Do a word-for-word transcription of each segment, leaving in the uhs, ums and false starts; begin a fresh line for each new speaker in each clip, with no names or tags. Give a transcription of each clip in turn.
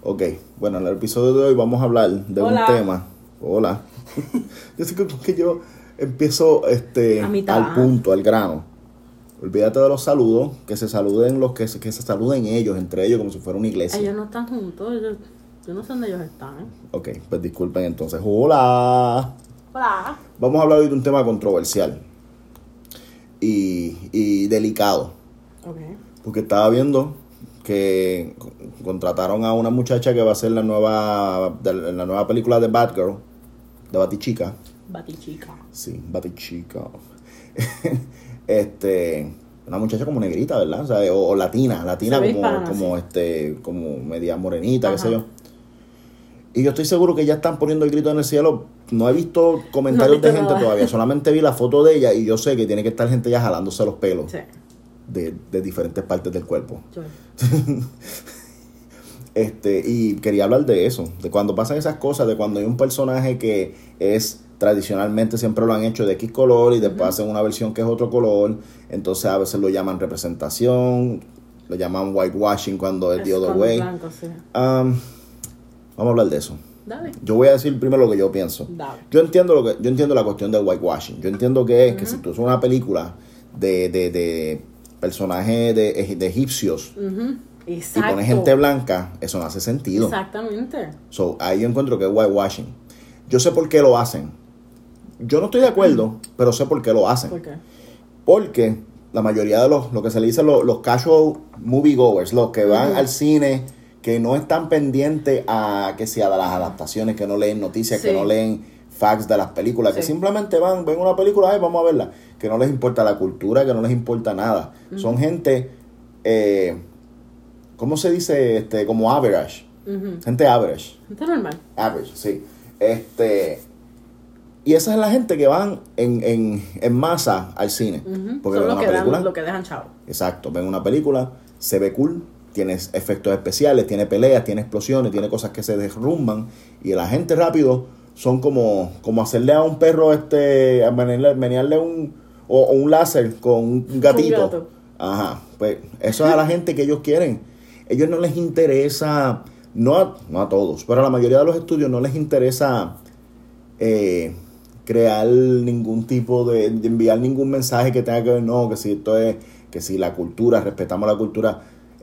Ok, bueno, en el episodio de hoy vamos a hablar de
Hola.
un tema. Hola. Yo sé que, que yo empiezo este
A mitad.
al punto, al grano. Olvídate de los saludos, que se saluden los que se, que se saluden ellos, entre ellos, como si fuera una iglesia.
Ellos no están juntos, yo, yo no sé dónde ellos están. ¿eh?
Ok, pues disculpen entonces. Hola.
Hola.
Vamos a hablar hoy de un tema controversial y, y delicado.
Ok.
Porque estaba viendo que contrataron a una muchacha que va a ser la nueva de la nueva película de Batgirl, de Batichica.
Batichica.
Sí, Batichica. este, una muchacha como negrita, ¿verdad? O, sea, o, o latina, latina
Se ve
como
hispana,
como
sí.
este, como media morenita,
Ajá.
qué sé yo. Y yo estoy seguro que ya están poniendo el grito en el cielo. No he visto comentarios
No he
de
visto
gente
nada.
todavía, solamente vi la foto de ella y yo sé que tiene que estar gente ya jalándose los pelos
Sí.
de, de diferentes partes del cuerpo.
Yo.
Este, y quería hablar de eso, de cuando pasan esas cosas, de cuando hay un personaje que es tradicionalmente siempre lo han hecho de X color y después
Ujú.
hacen una versión que es otro color, entonces a veces lo llaman representación, lo llaman whitewashing cuando es
Es
the other
cuando
way.
blanco, sí.
Um, vamos a hablar de eso.
Dale.
Yo voy a decir primero lo que yo pienso.
Dale.
Yo entiendo lo que yo entiendo la cuestión del whitewashing. Yo entiendo que es que
Ujú.
si tú haces una película de, de, de personajes de, de egipcios
Ujú.
y
Exacto.
pones gente blanca, eso no hace sentido.
Exactamente.
So, ahí yo encuentro que es whitewashing. Yo sé por qué lo hacen. Yo no estoy de acuerdo, pero sé por qué lo hacen.
¿Por qué?
Porque la mayoría de los, lo que se le dice los, los casual moviegoers, los que van
Ujú.
al cine, que no están pendientes a que sea de las adaptaciones, que no leen noticias,
Sí.
que no leen facts de las películas, que
Sí.
simplemente van, ven una película, ay, vamos a verla, que no les importa la cultura, que no les importa nada.
Ujú.
Son gente, eh, ¿cómo se dice? Este, como average.
Ujú.
Gente average.
Está normal.
Average, sí. Este, y esa es la gente que van en, en, en masa al cine.
Ujú.
Porque
Son
ven
los
una
que,
película.
dan, lo que dejan chavo.
Exacto, ven una película, se ve cool, tiene efectos especiales, tiene peleas, tiene explosiones, tiene cosas que se derrumban. Y la gente rápido son como, como hacerle a un perro, este, a menearle, menearle un, o, o un láser con un gatito.
Un gato.
Ajá, pues eso es a la gente que ellos quieren. Ellos no les interesa, no a, no a todos, pero a la mayoría de los estudios no les interesa eh, crear ningún tipo de, de enviar ningún mensaje que tenga que ver, no, que si esto es, que si la cultura, respetamos la cultura,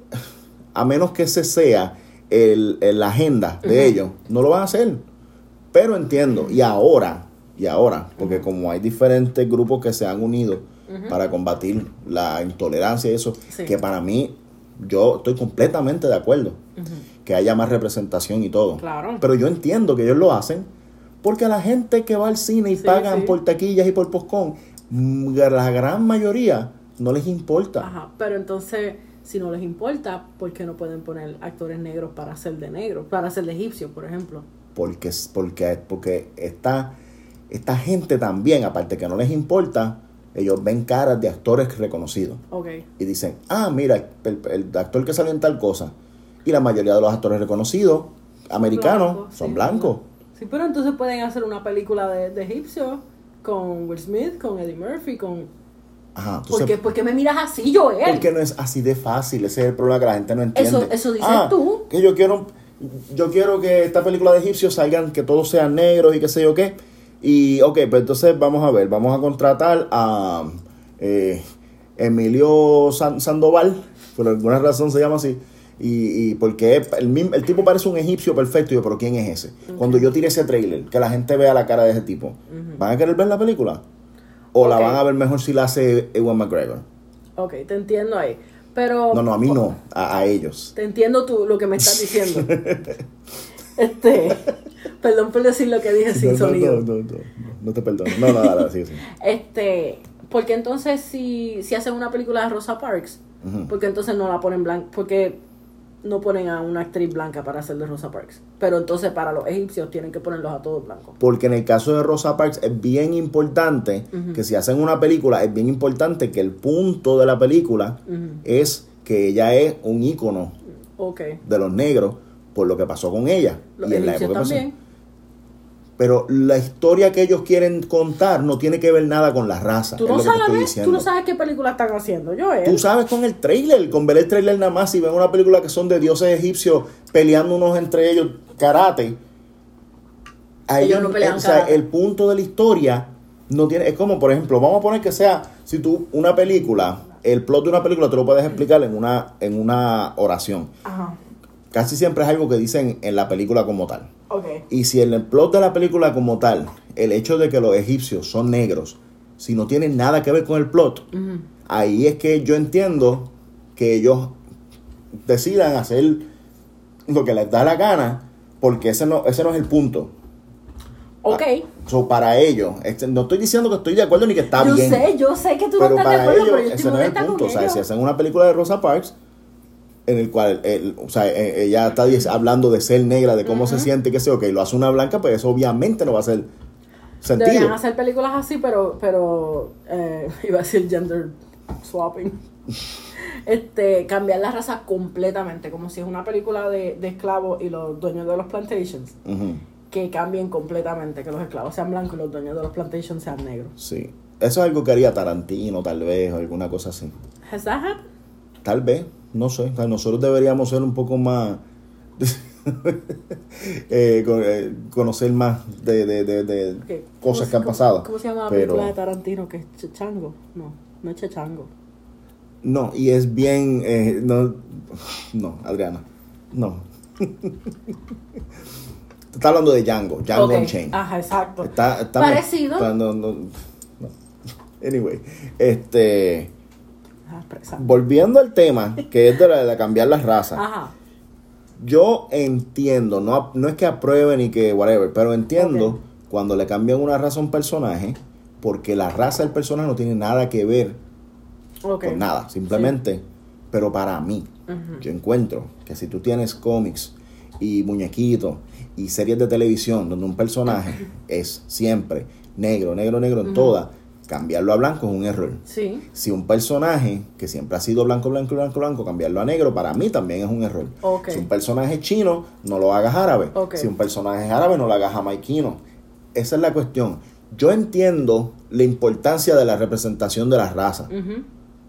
a menos que ese sea el, el- la agenda de
Ujú.
ellos, no lo van a hacer. Pero entiendo, y ahora, y ahora, porque
Ujú.
como hay diferentes grupos que se han unido
Ujú.
para combatir la intolerancia y eso,
Sí.
que para mí, yo estoy completamente de acuerdo
Ujú.
que haya más representación y todo.
Claro.
Pero yo entiendo que ellos lo hacen porque a la gente que va al cine y
Sí,
pagan
sí.
por taquillas y por postcón, mm, la gran mayoría no les importa.
Ajá, pero entonces, si no les importa, ¿por qué no pueden poner actores negros para hacer de negro? Para hacer de egipcio, por ejemplo.
Porque, porque, porque esta, esta gente también, aparte que no les importa, ellos ven caras de actores reconocidos.
Ok.
Y dicen, ah, mira, el, el actor que salió en tal cosa. Y la mayoría de los actores reconocidos, americanos,
Blancos,
son
sí,
blancos.
Sí, pero entonces pueden hacer una película de, de egipcio con Will Smith, con Eddie Murphy, con...
Ajá,
¿Por
entonces,
qué, ¿Por qué me miras así, Joel?
porque no es así de fácil, ese es el problema que la gente no entiende.
Eso- eso dices
Ah,
tú.
Que yo quiero, yo quiero que esta película de egipcios salgan, que todos sean negros y qué sé yo qué. Y, ok, pues entonces vamos a ver, vamos a contratar a eh, Emilio San- Sandoval, por alguna razón se llama así. Y, y porque es- el, mismo- el tipo parece un egipcio perfecto. Y yo, pero ¿quién es ese?
Ok.
Cuando yo tire ese trailer, que la gente vea la cara de ese tipo,
Ujú.
¿van a querer ver la película? ¿O la
Ok.
van a ver mejor si la hace Ewan McGregor?
Ok, te entiendo ahí. Pero...
No, no, a mí no, a, a ellos.
Te entiendo tú lo que me estás diciendo. este... Perdón por decir lo que dije sin
no,
sonido.
No, no, no, no, no te perdono. No, no, dale, sí, sí.
Este... Porque entonces si, si hacen una película de Rosa Parks,
Ujú.
porque entonces no la ponen blanca, porque no ponen a una actriz blanca para hacer de Rosa Parks. Pero entonces para los egipcios tienen que ponerlos a todos blancos.
Porque en el caso de Rosa Parks es bien importante
Ujú.
que si hacen una película, es bien importante que el punto de la película
Ujú.
es que ella es un ícono
Ok.
de los negros por lo que pasó con ella.
Los
y en la
egipcios
época que pasó.
también.
pero la historia que ellos quieren contar no tiene que ver nada con la raza.
¿Tú
es
no,
lo que te estoy
sabes,
diciendo.
tú no sabes qué película están haciendo, yo
Tú sabes con el trailer, con ver el trailer nada más, si ven una película que son de dioses egipcios peleando unos entre ellos, karate. Ahí,
Ellos no pelean
o sea,
karate.
el punto de la historia no tiene, es como, por ejemplo, vamos a poner que sea, si tú, una película, el plot de una película tú lo puedes explicar en una, en una oración.
Ajá.
Casi siempre es algo que dicen en la película como tal.
Ok.
Y si en el plot de la película como tal, el hecho de que los egipcios son negros, si no tiene nada que ver con el plot,
Uh-huh.
ahí es que yo entiendo que ellos decidan hacer lo que les da la gana, porque ese no, ese no es el punto.
Ok.
Ah, so, para ellos, este, no estoy diciendo que estoy de acuerdo ni que está
yo
bien.
sé, yo sé que tú
pero
no estás de
para
acuerdo,
ellos,
pero yo estoy
ese no es el
molesta
punto.
con
O sea,
ellos.
si hacen una película de Rosa Parks, en el cual el, o sea, eh, ella está dic- hablando de ser negra, de cómo
Uh-huh.
se siente, que sé, ok, lo hace una blanca, pues eso obviamente no va a hacer sentido.
Deberían hacer películas así, pero, pero eh, iba a decir gender swapping. Este, cambiar la raza completamente, como si es una película de, de esclavos y los dueños de los plantations,
Ujú.
que cambien completamente, que los esclavos sean blancos y los dueños de los plantations sean negros.
Sí. Eso es algo que haría Tarantino, tal vez, o alguna cosa así.
¿Has that happened?
Tal vez, no sé. O sea, nosotros deberíamos ser un poco más. eh, con- eh, conocer más de, de, de, de
Okay.
cosas
¿Cómo-
que han
cómo-
pasado.
¿Cómo se llama la
Pero-
película de Tarantino que es Chechango? No, no es Chechango.
No, y es bien. Eh, no, no, Adriana. No. Te está hablando de Django, Django
Okay.
Unchained.
Ajá, exacto.
Está, está
Parecido.
está- no, no, no. Anyway, este.
Ajá, expresa.
Volviendo al tema, que es de la de cambiar las razas.
Ajá.
Yo entiendo, no, no es que apruebe ni que whatever, pero entiendo
Ok.
cuando le cambian una raza a un personaje, porque la raza del personaje no tiene nada que ver
Ok.
con nada, simplemente. Pero para mí,
Ujú.
yo encuentro que si tú tienes cómics y muñequitos y series de televisión donde un personaje es siempre negro, negro, negro en
Ujú.
todas, cambiarlo a blanco es un error.
Sí.
Si un personaje que siempre ha sido blanco, blanco, blanco, blanco, cambiarlo a negro, para mí también es un error.
Ok.
Si un personaje es chino, no lo hagas árabe.
Ok.
Si un personaje es árabe, no lo hagas jamaiquino. Esa es la cuestión. Yo entiendo la importancia de la representación de las razas,
Ujú.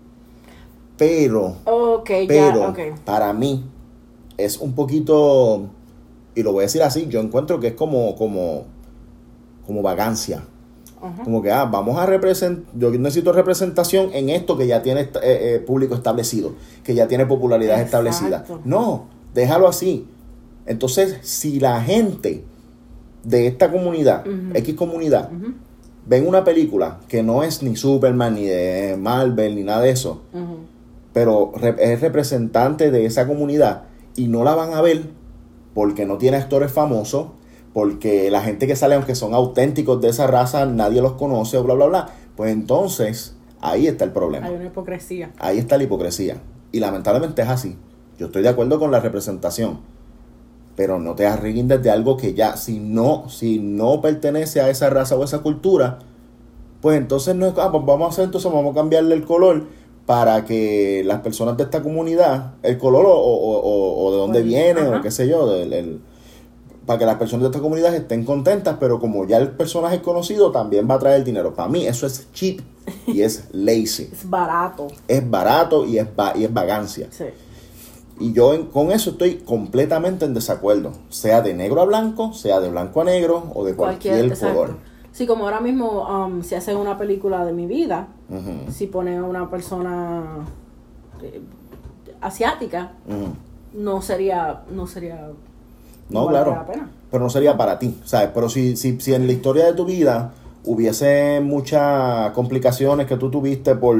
pero,
Ok,
pero
ya, ok.
para mí es un poquito, y lo voy a decir así, yo encuentro que es como, como, como vagancia.
Ajá.
Como que, ah, vamos a representar, yo necesito representación en esto que ya tiene eh, eh, público establecido, que ya tiene popularidad
Exacto.
establecida. No, déjalo así. Entonces, si la gente de esta comunidad,
Ujú.
X comunidad,
Ujú.
ven una película que no es ni Superman, ni de Marvel, ni nada de eso,
Ujú.
pero re- es representante de esa comunidad y no la van a ver porque no tiene actores famosos, porque la gente que sale, aunque son auténticos de esa raza, nadie los conoce, o bla, bla, bla, pues entonces ahí está el problema.
Hay una hipocresía.
Ahí está la hipocresía. Y lamentablemente es así. Yo estoy de acuerdo con la representación, pero no te arrindes de algo que ya, si no, si no pertenece a esa raza o esa cultura, pues entonces no es, ah, pues vamos a hacer, entonces vamos a cambiarle el color para que las personas de esta comunidad, el color o, o, o, o de dónde
Pues,
vienen,
ajá.
o qué sé yo, del, el- para que las personas de esta comunidad estén contentas, pero como ya el personaje es conocido, también va a traer dinero. Para mí eso es cheap y es lazy.
Es barato.
Es barato y es, va- y es vagancia.
Sí.
Y yo en- con eso estoy completamente en desacuerdo. Sea de negro a blanco, sea de blanco a negro o de cualquier,
exacto.
color.
Sí, como ahora mismo, um, si hacen una película de mi vida,
Ujú,
si ponen a una persona eh, asiática,
ujú.
no sería, no sería.
No,
valdría
claro.
la pena.
Pero no sería para ti, ¿sabes? Pero si, si, si en la historia de tu vida hubiese muchas complicaciones que tú tuviste por,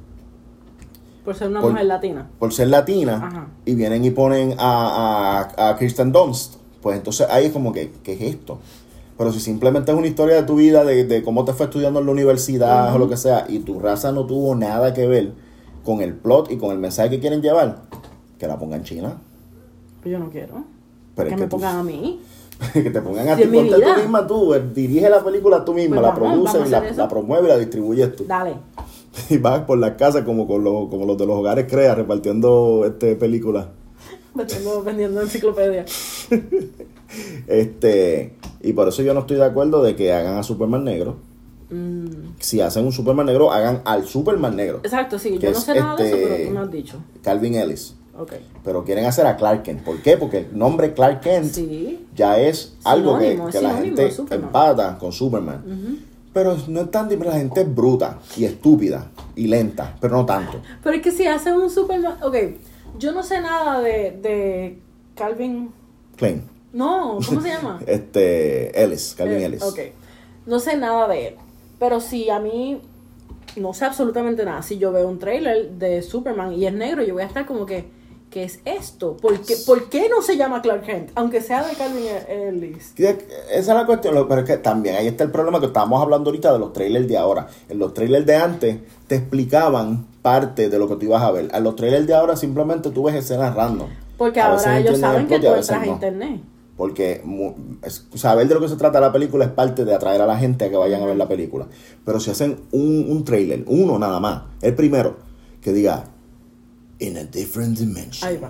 Por ser una
Por-
mujer latina.
por ser latina,
Ajá.
y vienen y ponen a, a, a Kirsten Dunst, pues entonces ahí es como que, ¿qué es esto? Pero si simplemente es una historia de tu vida, de, de cómo te fue estudiando en la universidad,
Ujú.
o lo que sea, y tu raza no tuvo nada que ver con el plot y con el mensaje que quieren llevar, que la pongan china.
Pues yo no quiero.
Pero
que
es
me
que tú-
pongan a mí.
que te pongan a
Si
ti,
es mi
ponte
vida.
tú misma tú, eh, dirige la película tú misma,
Pues
la
vamos,
produces
vamos
y
a
la,
hacer eso.
la promueves y la distribuyes tú.
Dale.
Y vas por las casas como con los, como los de los hogares Crea, repartiendo este películas.
Me tengo vendiendo enciclopedia.
Este, Y por eso yo no estoy de acuerdo de que hagan a Superman negro. Mm. Si hacen un Superman negro, hagan al Superman negro.
Exacto, sí, yo no sé nada este, de eso, pero tú me has dicho.
Calvin Ellis.
Okay.
Pero quieren hacer a Clark Kent. ¿Por qué? Porque el nombre Clark Kent
sí.
ya es algo
sinónimo,
que, que
es
la gente empata con Superman. Uh-huh. Pero no es tan difícil, la gente es bruta y estúpida y lenta, pero no tanto.
Pero es que si hacen un Superman... Ok, yo no sé nada de, de Calvin...
Klein.
No, ¿cómo se llama?
este, Ellis, Calvin eh, Ellis.
Ok, no sé nada de él. Pero si a mí... No sé absolutamente nada. Si yo veo un trailer de Superman y es negro, yo voy a estar como que... ¿Qué es esto? ¿Por qué, ¿Por qué no se llama Clark Kent? Aunque sea de Calvin Ellis.
Esa es la cuestión, pero es que también ahí está el problema que estábamos hablando ahorita de los trailers de ahora. En los trailers de antes te explicaban parte de lo que tú ibas a ver. En los trailers de ahora simplemente tú ves escenas random.
Porque ahora ellos saben que tú entras a internet.
Porque saber de lo que se trata la película es parte de atraer a la gente a que vayan a ver la película. Pero si hacen un, un trailer, uno nada más, el primero, que diga... In a different dimension.
Ahí va.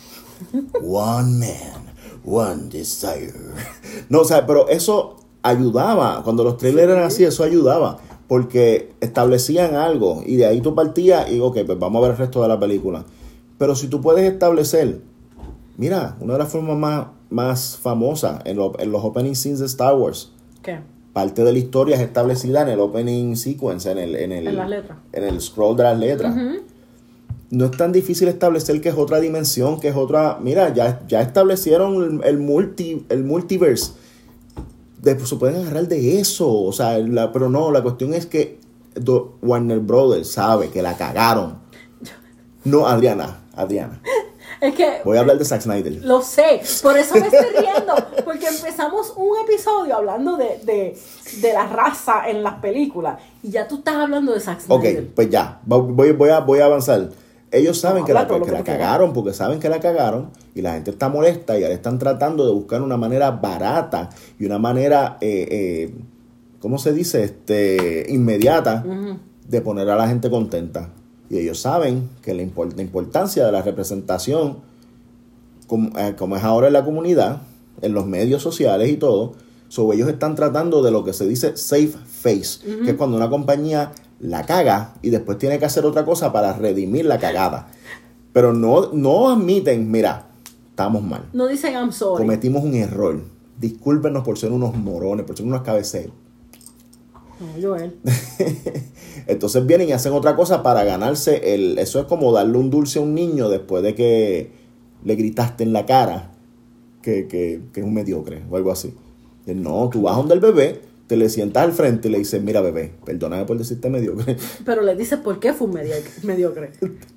One man, one desire. No, o sea, pero eso ayudaba. Cuando los trailers sí. eran así, eso ayudaba. Porque establecían algo. Y de ahí tú partías y, ok, pues vamos a ver el resto de la película. Pero si tú puedes establecer... Mira, una de las formas más, más famosas en, lo, en los opening scenes de Star Wars.
¿Qué?
Parte de la historia es establecida en el opening sequence, en el... En, el,
en las letras.
En el scroll de las letras. Uh-huh. No es tan difícil establecer que es otra dimensión, que es otra... Mira, ya, ya establecieron el, el, multi, el multiverse. Después se pueden agarrar de eso. O sea, la, pero no, la cuestión es que Warner Brothers sabe que la cagaron. No, Adriana, Adriana.
Es que...
Voy a hablar de Zack Snyder.
Lo sé, por eso me estoy riendo. Porque empezamos un episodio hablando de, de, de la raza en las películas. Y ya tú estás hablando de Zack Snyder.
Ok, pues ya, voy, voy, a, voy a avanzar. Ellos saben no, que, la, que, que la cagaron, porque saben que la cagaron y la gente está molesta y ahora están tratando de buscar una manera barata y una manera, eh, eh, ¿cómo se dice? Este, inmediata uh-huh. de poner a la gente contenta. Y ellos saben que la, import, la importancia de la representación, como, eh, como es ahora en la comunidad, en los medios sociales y todo, so, ellos están tratando de lo que se dice safe face, uh-huh. que es cuando una compañía la caga y después tiene que hacer otra cosa para redimir la cagada. Pero no, no admiten, mira, estamos mal.
No dicen I'm sorry.
Cometimos un error. Discúlpenos por ser unos morones, por ser unos cabeceros.
No, Joel.
Entonces vienen y hacen otra cosa para ganarse el... Eso es como darle un dulce a un niño después de que le gritaste en la cara que, que, que es un mediocre o algo así. No, tú vas donde el bebé, te le sientas al frente y le dices, mira bebé, perdóname por decirte mediocre.
Pero le dices por qué fue un mediocre.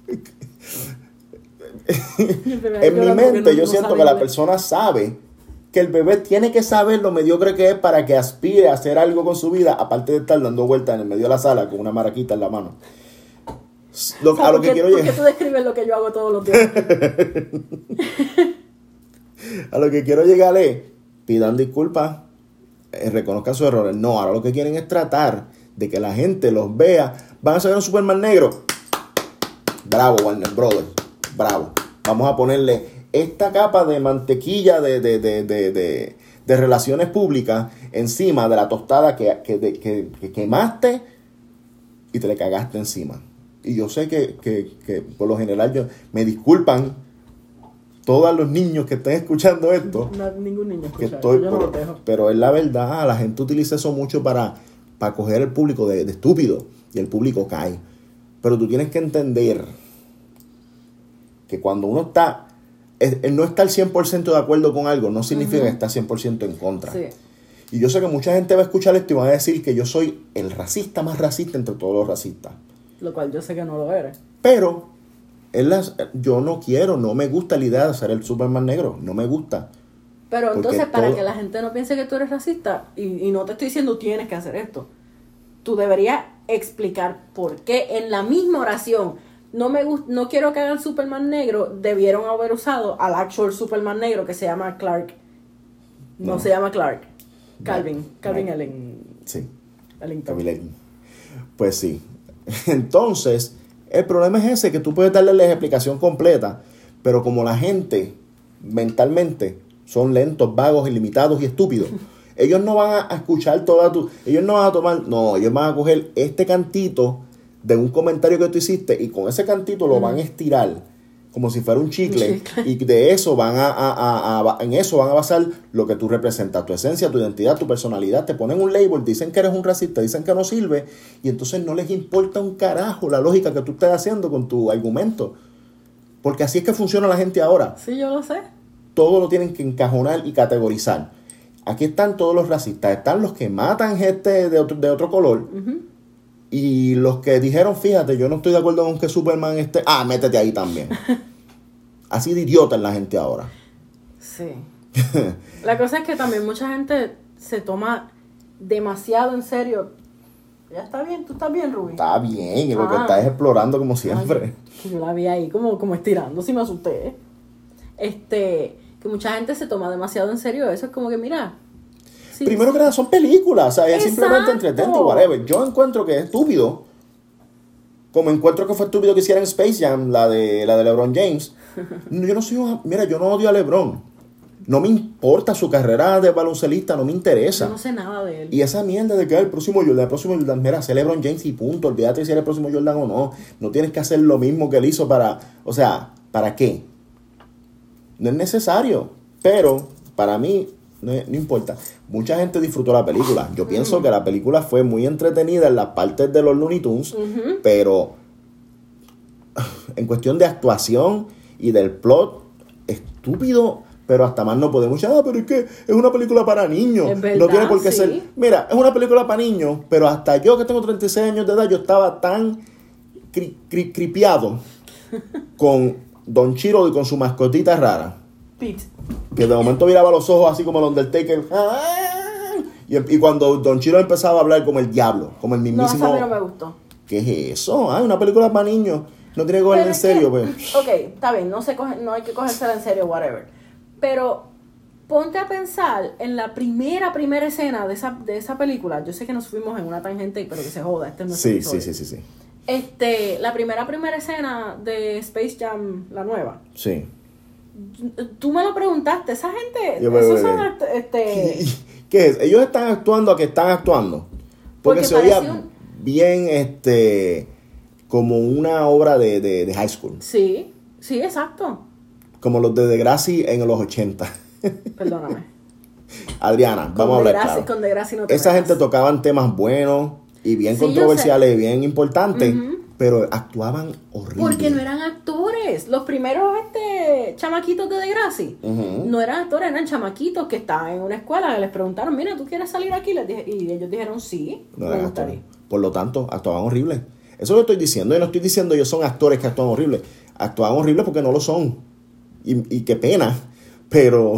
En mi mente no, yo no siento que la inglés. persona sabe que el bebé tiene que saber lo mediocre que es para que aspire a hacer algo con su vida, aparte de estar dando vueltas en el medio de la sala con una maraquita en la mano. Lo, o sea, a lo que quiero llegar.
Porque tú describes lo que yo hago todos los días.
A lo que quiero llegar es, pidan disculpas, eh, reconozcan sus errores. No, ahora lo que quieren es tratar de que la gente los vea. Van a sacar un Superman negro. Bravo, Warner Brothers. Bravo. Vamos a ponerle esta capa de mantequilla de, de, de, de, de, de relaciones públicas encima de la tostada que, que, de, que, que quemaste y te le cagaste encima. Y yo sé que, que, que por lo general yo, me disculpan todos los niños que estén escuchando esto.
No, ningún niño escucha,
que estoy,
yo no
pero,
lo dejo.
Pero es la verdad, la gente utiliza eso mucho para, para coger el público de, de estúpido y el público cae. Pero tú tienes que entender que cuando uno está, el no estar cien por ciento de acuerdo con algo no significa uh-huh. que está cien por ciento en contra.
Sí.
Y yo sé que mucha gente va a escuchar esto y va a decir que yo soy el racista más racista entre todos los racistas.
Lo cual yo sé que no lo eres.
Pero es la, yo no quiero, no me gusta la idea de ser el Superman negro. No me gusta.
Pero entonces, para todo... que la gente no piense que tú eres racista, y, y no te estoy diciendo tienes que hacer esto, tú deberías explicar por qué en la misma oración, no me gusta, no quiero que hagan Superman negro, debieron haber usado al actual Superman negro que se llama Clark. No, no se llama Clark. Calvin. No, Calvin no. Ellen.
Sí.
Ellington.
Calvin Ellen. Pues sí. Entonces, el problema es ese, que tú puedes darle la explicación completa, pero como la gente mentalmente son lentos, vagos, ilimitados y estúpidos, Ellos no van a escuchar toda tu... Ellos no van a tomar... No, ellos van a coger este cantito de un comentario que tú hiciste y con ese cantito lo mm. van a estirar como si fuera un chicle, un chicle. Y de eso van a, a, a, a... En eso van a basar lo que tú representas, tu esencia, tu identidad, tu personalidad. Te ponen un label, dicen que eres un racista, dicen que no sirve y entonces no les importa un carajo la lógica que tú estés haciendo con tu argumento. Porque así es que funciona la gente ahora.
Sí, yo lo sé.
Todo lo tienen que encajonar y categorizar. Aquí están todos los racistas. Están los que matan gente de otro, de otro color. Uh-huh. Y los que dijeron, fíjate, yo no estoy de acuerdo con que Superman esté... Ah, métete ahí también. Así de idiota es la gente ahora.
Sí. La cosa es que también mucha gente se toma demasiado en serio. Ya está bien, tú estás bien, Rubí.
Está bien, y lo ah. que estás es explorando como siempre.
Ay, que yo la vi ahí como, como estirando, si me asusté. Este, que mucha gente se toma demasiado en serio eso. Es como que, mira... Sí,
primero
sí.
que nada, son películas, o sea, es simplemente entretente, whatever. Yo encuentro que es estúpido, como encuentro que fue estúpido que hicieran Space Jam, la de la de LeBron James. Yo no soy, mira, yo no odio a LeBron. No me importa su carrera de baloncelista, no me interesa.
Yo no sé nada de él.
Y esa mierda de que el próximo Jordan, el próximo Jordan, mira, sé LeBron James y punto. Olvídate si eres el próximo Jordan o no. No tienes que hacer lo mismo que él hizo para, o sea, ¿para qué? No es necesario. Pero, para mí, no, no importa. Mucha gente disfrutó la película. Yo pienso mm. que la película fue muy entretenida en las partes de los Looney Tunes, uh-huh. pero en cuestión de actuación y del plot, estúpido, pero hasta más no podemos. Ah, pero es que es una película para niños.
Es verdad,
no tiene por qué
sí.
ser. Mira, es una película para niños, pero hasta yo que tengo treinta y seis años de edad, yo estaba tan cri- cri- cripiado con Don Chiro y con su mascotita rara.
Pete.
Que de momento miraba los ojos así como el Undertaker. Y, y cuando Don Chiro empezaba a hablar como el diablo, como el mismísimo...
No, a mí no me gustó.
¿Qué es eso? Ah, una película para niños. No tiene que cogerla en serio,
que,
pues.
Ok, está bien, no, se coge, no hay que cogérsela en serio, whatever. Pero ponte a pensar en la primera, primera escena de esa, de esa película. Yo sé que nos fuimos en una tangente, pero que se joda. Este no es
sí, sí, sí, sí, sí.
Este, la primera, primera escena de Space Jam, la nueva.
Sí.
Tú me lo preguntaste, esa gente,
Yo,
esos son este...
¿Qué es? Ellos están actuando a que están actuando. Porque, porque se oía un... bien este como una obra de, de, de high school.
Sí, sí, exacto.
Como los de Degrassi en los ochenta.
Perdóname.
Adriana, vamos a hablar claro.
Con Degrassi no te
Esa
metas.
gente tocaban temas buenos y bien sí, controversiales y bien importantes. Uh-huh. Pero actuaban horrible.
Porque no eran actores. Los primeros este chamaquitos de Degrassi uh-huh. no eran actores, eran chamaquitos que estaban en una escuela y les preguntaron, mira, ¿tú quieres salir aquí? Les dije, y ellos dijeron, sí,
no
me gustaría.
Actores. Por lo tanto, actuaban horrible. Eso lo estoy diciendo. Yo no estoy diciendo ellos son actores que actúan horrible. Actuaban horrible porque no lo son. Y, y qué pena. Pero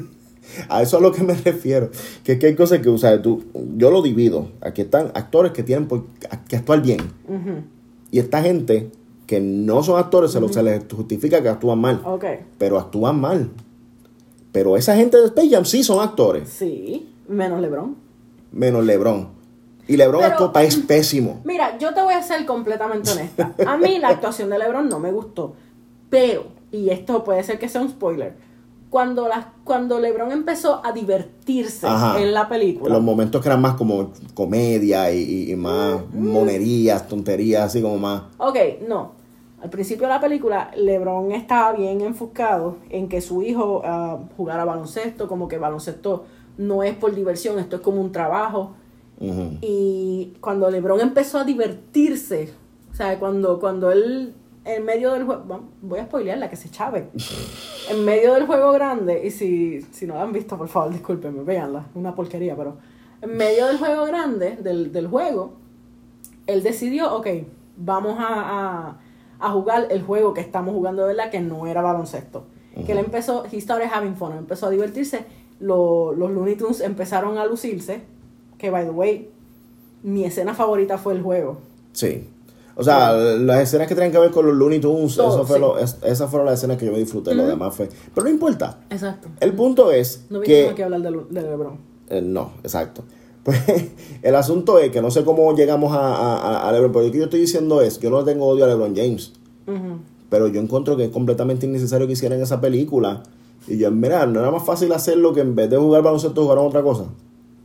a eso es a lo que me refiero. Que, que hay cosas que, o sea, tú, yo lo divido. Aquí están actores que tienen por, que actuar bien. Uh-huh. Y esta gente que no son actores, uh-huh. se, lo, se les justifica que actúan mal.
Okay.
Pero actúan mal. Pero esa gente de Space Jam sí son actores.
Sí, menos LeBron.
Menos LeBron. Y LeBron actuó es pésimo.
Mira, yo te voy a ser completamente honesta. A mí la actuación de LeBron no me gustó. Pero, y esto puede ser que sea un spoiler, cuando, la, cuando LeBron empezó a divertirse Ajá. en la película.
Los momentos que eran más como comedia y, y más mm-hmm. monerías, tonterías, así como más...
Ok, no. Al principio de la película, LeBron estaba bien enfocado en que su hijo uh, jugara baloncesto, como que baloncesto no es por diversión, esto es como un trabajo. Uh-huh. Y cuando LeBron empezó a divertirse, o sea, cuando, cuando él... en medio del juego, voy a spoilearla que se chave, en medio del juego grande, y si, si no la han visto, por favor, discúlpenme, véanla, una porquería, pero en medio del juego grande, del, del juego, él decidió, ok, vamos a, a, a jugar el juego que estamos jugando de verdad, que no era baloncesto, uh-huh. que él empezó, he started having fun, empezó a divertirse, lo, los Looney Tunes empezaron a lucirse, que by the way, mi escena favorita fue el juego.
Sí. O sea, sí. las escenas que tienen que ver con los Looney Tunes, Todo, eso fue
sí.
lo, es, esas fueron las escenas que yo me disfruté, uh-huh. lo demás fue... Pero no importa.
Exacto.
El punto es
no
que...
No que hablar de, de LeBron.
Eh, no, exacto. Pues el asunto es que no sé cómo llegamos a, a, a LeBron, pero lo que yo estoy diciendo es, yo no tengo odio a LeBron James, uh-huh. pero yo encuentro que es completamente innecesario que hicieran esa película. Y yo, mira, ¿no era más fácil hacerlo que en vez de jugar baloncesto jugaran otra cosa?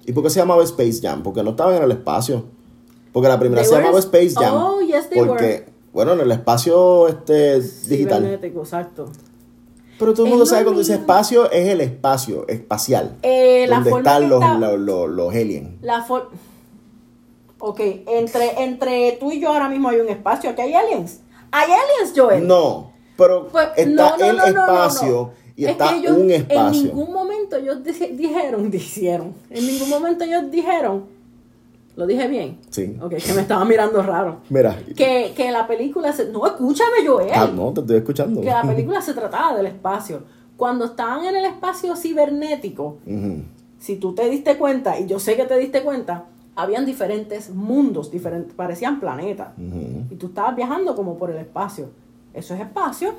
¿Y por qué se llamaba Space Jam? Porque no estaban en el espacio. Porque la primera
They
se
were-
llamaba Space Jam.
Oh, yes, they
porque,
were.
bueno, en el espacio este digital.
Cibernético, exacto.
Pero todo el
Es
mundo
lo
sabe cuando dice
mismo.
espacio es el espacio espacial.
Eh, la
donde
forma
están
que
los,
está-
los, los, los aliens.
La for- Ok, entre, entre tú y yo ahora mismo hay un espacio. Aquí hay aliens. Hay aliens, Joel.
No, pero
Pues,
está
no, no,
el
no, no, no,
espacio
no.
y
Es
está
que ellos
un
En
espacio.
ningún momento ellos di- dijeron, dijeron. En ningún momento ellos dijeron. ¿Lo dije bien?
Sí.
Ok, que me estaba mirando raro.
Mira.
Que, que la película se. No, escúchame, Joel.
Ah, no, te estoy escuchando.
Que la película se trataba del espacio. Cuando estaban en el espacio cibernético,
Ujú.
si tú te diste cuenta, y yo sé que te diste cuenta, habían diferentes mundos, diferentes, parecían planetas.
Ujú.
Y tú estabas viajando como por el espacio. Eso es espacio.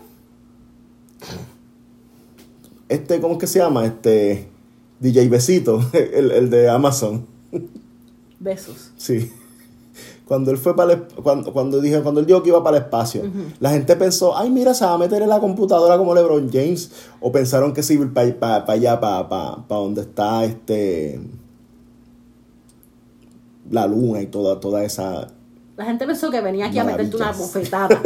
Este, ¿cómo es que se llama? Este, D J Besito, el, el de Amazon.
Besos.
Sí. Cuando él fue para el, cuando, cuando dije, cuando él dijo que iba para el espacio, la gente pensó, ay, mira, se va a meter en la computadora como LeBron James. O pensaron que se iba para pa, pa allá, para pa, pa donde está este la luna y toda, toda esa.
La gente pensó que venía aquí a meterte una
Maravillas.
bofetada.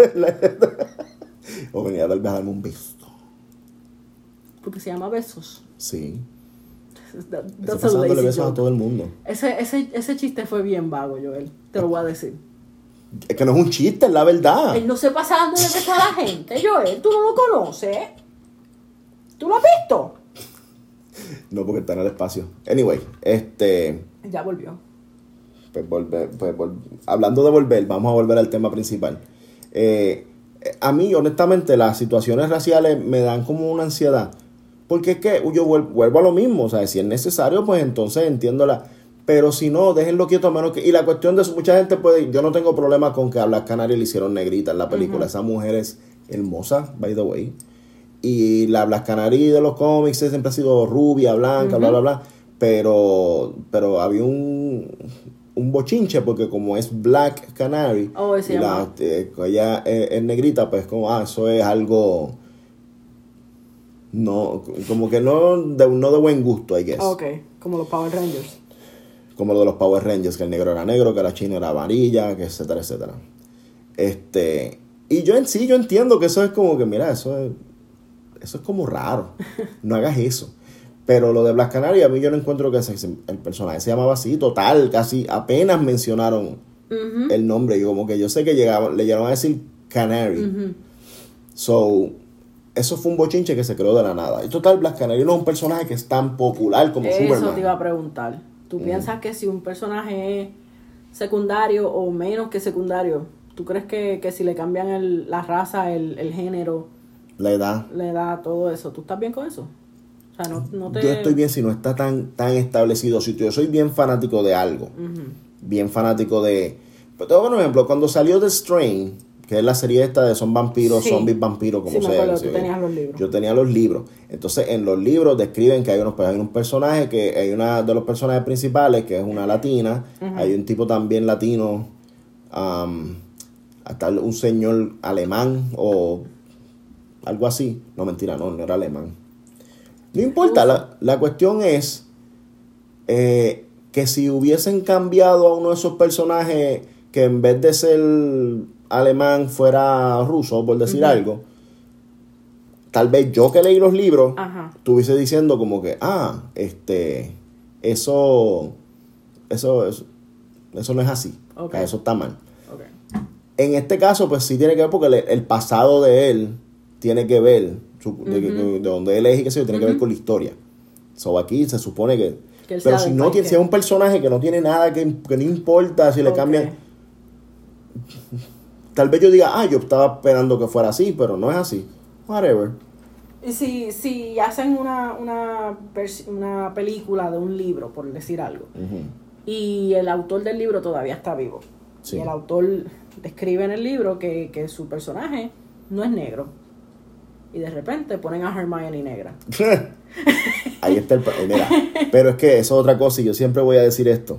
O venía tal vez a darme un beso.
Porque se llama Besos.
Sí.
That-
Está
that's a
pasándole
lazy
besos a
joke.
todo el mundo.
Ese, ese, ese chiste fue bien vago, Joel. Te lo voy a decir.
Es que no es un chiste, es la verdad.
Él no se pasa dándole besos a la gente, Joel. Tú no lo conoces. ¿Tú lo has visto?
No, porque está en el espacio. Anyway, este.
Ya volvió.
Pues volver, pues vol- hablando de volver, vamos a volver al tema principal. Eh, a mí, honestamente, las situaciones raciales me dan como una ansiedad. Porque es que yo vuel- vuelvo a lo mismo. O sea, si es necesario, pues entonces entiendo la. Pero si no, déjenlo quieto a menos que. Y la cuestión de eso, mucha gente puede. Yo no tengo problema con que a Black Canary le hicieron negrita en la película.
Ujú.
Esa mujer es hermosa, by the way. Y la Black Canary de los cómics siempre ha sido rubia, blanca,
Ujú.
bla, bla, bla. Pero, pero había un, un bochinche porque como es Black Canary
Oh, ese
y la,
llama.
eh, ella es, es negrita, pues como, ah, eso es algo, no, como que no de, no de buen gusto, I guess.
Ok, como los Power Rangers.
Como lo de los Power Rangers, que el negro era negro, que la china era amarilla, que etcétera, etcétera. Este, y yo en sí, yo entiendo que eso es como que, mira, eso es, eso es como raro. No hagas eso. Pero lo de Black Canary, a mí yo no encuentro que ese- el personaje se llamaba así, total, casi apenas mencionaron
Ujú,
el nombre. Y como que yo sé que llegaban, le llegaron a decir Canary.
ujú.
So, eso fue un bochinche que se creó de la nada. Y total, Black Canary no es un personaje que es tan popular como
Eso
Superman.
te iba a preguntar. ¿Tú piensas que si un personaje es secundario o menos que secundario, tú crees que, que si le cambian el- la raza, el, el género,
La edad.
le da todo eso? ¿Tú estás bien con eso? O sea, no, no te...
Yo estoy bien si no está tan, tan establecido. Si yo soy bien fanático de algo,
Ujú.
bien fanático de... Pero te voy a poner un ejemplo. Cuando salió The Strain, que es la serie esta de son vampiros,
Sí.
zombies, vampiros, como
Sí, me
sea.
acuerdo,
que
tú
se-
tenías los libros.
Yo tenía los libros. Entonces, en los libros describen que hay unos hay un personaje, que hay una de los personajes principales, que es una latina.
Ujú.
Hay un tipo también latino. um, hasta un señor alemán o algo así. No, mentira, no, no era alemán. No importa, la, la cuestión es eh, que si hubiesen cambiado a uno de esos personajes que en vez de ser alemán fuera ruso, por decir
Ujú.
algo, tal vez yo que leí los libros
Ajá.
estuviese diciendo como que, ah, este, eso, eso, eso, eso no es así,
Ok.
eso está mal.
Ok.
En este caso, pues sí tiene que ver porque el, el pasado de él tiene que ver, su- de, de-
Ujú.
de donde él es y qué sé yo, tiene que ver
Ujú.
con la historia. So aquí se supone que...
Que él
pero
sea
si
del
no
país
tiene,
que-
si es un personaje que no tiene nada, que, que no importa si le
Ok.
cambian... Tal vez yo diga, ah, yo estaba esperando que fuera así, pero no es así. Whatever.
Y si, si hacen una, una, vers- una película de un libro, por decir algo,
Ujú.
y el autor del libro todavía está vivo,
Sí.
y el autor describe en el libro que, que su personaje no es negro, y de repente ponen a Hermione negra.
Ahí está el... eh, Mira, pero es que eso es otra cosa y yo siempre voy a decir esto.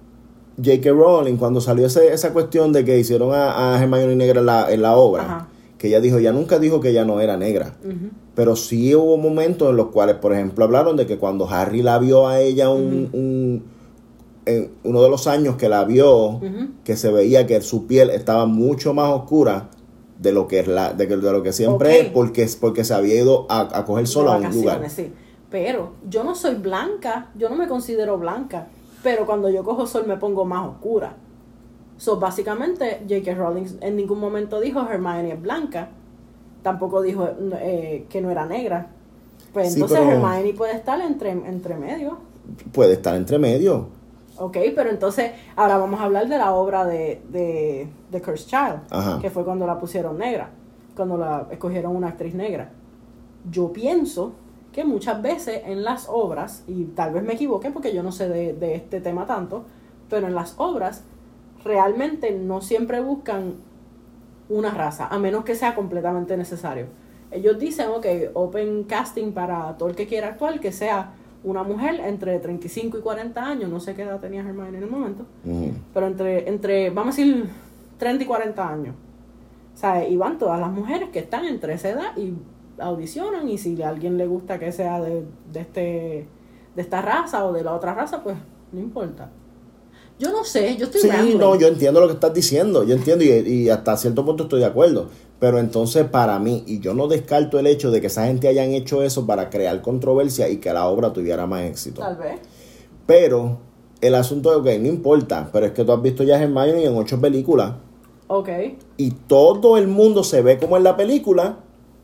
J K. Rowling, cuando salió ese, esa cuestión de que hicieron a, a Hermione negra en la, en la obra,
Ajá.
que ella dijo, ella nunca dijo que ella no era negra,
Uh-huh.
pero sí hubo momentos en los cuales, por ejemplo, hablaron de que cuando Harry la vio a ella un,
Uh-huh.
un en uno de los años que la vio,
Uh-huh.
que se veía que su piel estaba mucho más oscura de lo que es la de, que, de lo que siempre
Ok.
es, porque porque se había ido a, a coger sol
De
a un
vacaciones,
lugar.
sí. Pero yo no soy blanca, yo no me considero blanca, pero cuando yo cojo sol me pongo más oscura. So, básicamente, J K. Rowling en ningún momento dijo Hermione es blanca, tampoco dijo eh, que no era negra. Pues
Sí,
entonces
pero-
Hermione puede estar entre, entre medio.
Puede estar entre medio.
Ok, pero entonces ahora vamos a hablar de la obra de, de, de Cursed Child,
Ajá.
que fue cuando la pusieron negra, cuando la escogieron una actriz negra. Yo pienso que muchas veces en las obras, y tal vez me equivoque porque yo no sé de, de este tema tanto, pero en las obras realmente no siempre buscan una raza, a menos que sea completamente necesario. Ellos dicen, ok, open casting para todo el que quiera actuar, que sea una mujer entre treinta y cinco y cuarenta años, no sé qué edad tenía Hermione en el momento,
Ujú.
pero entre, entre vamos a decir, treinta y cuarenta años. O sea, y van todas las mujeres que están entre esa edad y audicionan, y si a alguien le gusta que sea de, de, este, de esta raza o de la otra raza, pues no importa. Yo no sé, yo estoy
Sí,
rambling.
no, yo entiendo lo que estás diciendo, yo entiendo y, y hasta cierto punto estoy de acuerdo, pero entonces para mí, y yo no descarto el hecho de que esa gente hayan hecho eso para crear controversia y que la obra tuviera más éxito.
Tal vez.
Pero el asunto es, ok, no importa, pero es que tú has visto ya a Hermione en ocho películas
Ok.
y todo el mundo se ve como en la película,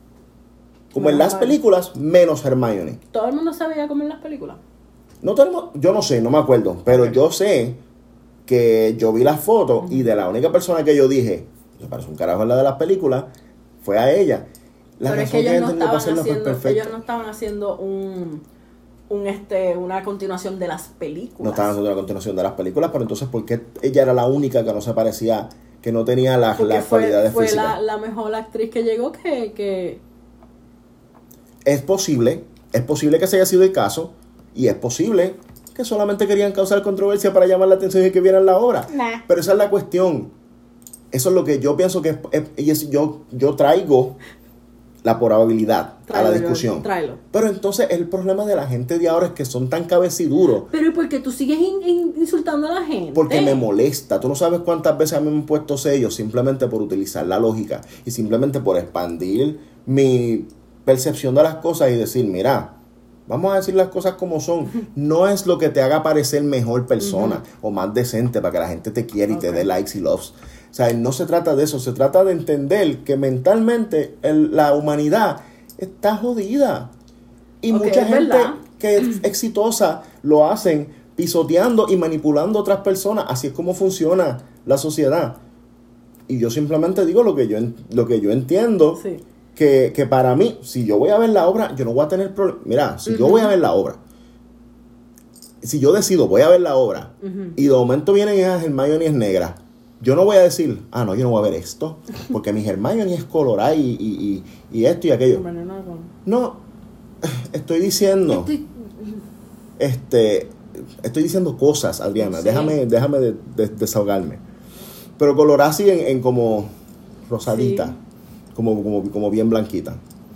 como en
Menos
las
Hermione.
películas, menos Hermione.
¿Todo el mundo se veía como en las películas?
No tenemos, yo no sé, no me acuerdo, pero
Ok.
yo sé que yo vi las fotos
Ujú.
y de la única persona que yo dije, me parece un carajo en la de las películas, fue a ella. La
Pero es
razón
que ellos
ella
no
tenía para
estaban
hacerlo fue
haciendo,
perfecta.
ellos no estaban haciendo un, un este, una continuación de las películas.
No estaban haciendo la continuación de las películas, pero entonces, ¿por qué ella era la única que no se parecía, que no tenía las
Porque
las
fue,
cualidades
fue
físicas?
la, la mejor actriz que llegó que, que
Es posible, es posible que ese haya sido el caso, y es posible que solamente querían causar controversia para llamar la atención y que vieran la obra.
Nah.
Pero esa es la cuestión. Eso es lo que yo pienso que es, es- y es- yo, yo traigo la probabilidad a
Tráelo,
la
yo-
discusión.
tráelo.
Pero entonces el problema de la gente de ahora es que son tan cabeciduros.
Pero ¿y por qué tú sigues in- in- insultando a la gente?
Porque me molesta. Tú no sabes cuántas veces a mí me han puesto sellos simplemente por utilizar la lógica y simplemente por expandir mi percepción de las cosas y decir, mira, vamos a decir las cosas como son. No es lo que te haga parecer mejor persona o más decente para que la gente te quiera y te
Ok.
dé likes y loves. O sea, no se trata de eso. Se trata de entender que mentalmente el- la humanidad está jodida. Y
Ok,
mucha
es
gente
verdad.
que es exitosa lo hacen pisoteando y manipulando a otras personas. Así es como funciona la sociedad. Y yo simplemente digo lo que yo, en- lo que yo entiendo.
Sí.
Que, que para mí, si yo voy a ver la obra, yo no voy a tener problema. Mira, si yo
Ujú.
voy a ver la obra, si yo decido, voy a ver la obra,
Ujú.
y de momento vienen y es Hermione es negra, yo no voy a decir, ah, no, yo no voy a ver esto, porque mi Hermione es colorada y, y, y, y esto y aquello.
Bueno, no, no.
No, estoy diciendo,
Estoy-
este, estoy diciendo cosas, Adriana,
Sí.
déjame, déjame de- de- desahogarme. Pero colorada así en, en como rosadita,
Sí.
como, como, como bien blanquita.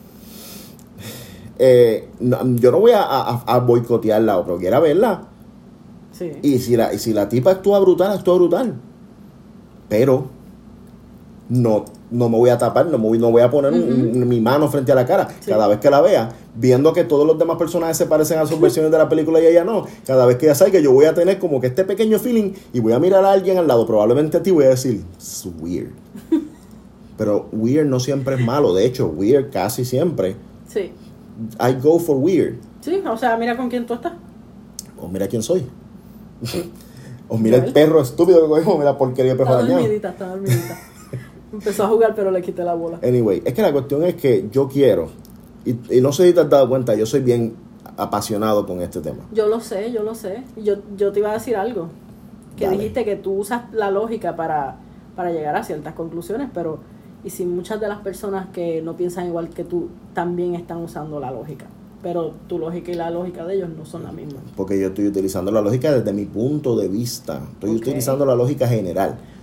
Eh, no, yo no voy a, a, a boicotearla o quiera verla.
Sí.
Y si la, y si la tipa actúa brutal, actúa brutal. Pero no, no me voy a tapar, no, me voy, no voy a poner un-
Ujú.
un- mi mano frente a la cara.
Sí.
Cada vez que la vea, viendo que todos los demás personajes se parecen a sus versiones de la película y ella no, cada vez que ella salga, yo voy a tener como que este pequeño feeling y voy a mirar a alguien al lado, probablemente a ti, voy a decir, it's weird. Pero weird no siempre es malo. De hecho, weird casi siempre.
Sí.
I go for weird.
Sí, o sea, mira con quién tú estás.
O mira quién soy. O mira el
Joel.
perro estúpido que cogimos, mira porquería de perro
Está
dañado.
dormidita, está dormidita. Empezó a jugar, pero le quité la bola.
Anyway, es que la cuestión es que yo quiero, y, y no sé si te has dado cuenta, yo soy bien apasionado con este tema.
Yo lo sé, yo lo sé. Yo, yo te iba a decir algo. Que
Dale.
dijiste que tú usas la lógica para, para llegar a ciertas conclusiones, pero y si muchas de las personas que no piensan igual que tú también están usando la lógica, pero tu lógica y la lógica de ellos no son la misma.
Porque yo estoy utilizando la lógica desde mi punto de vista. Estoy
Ok.
utilizando la lógica general.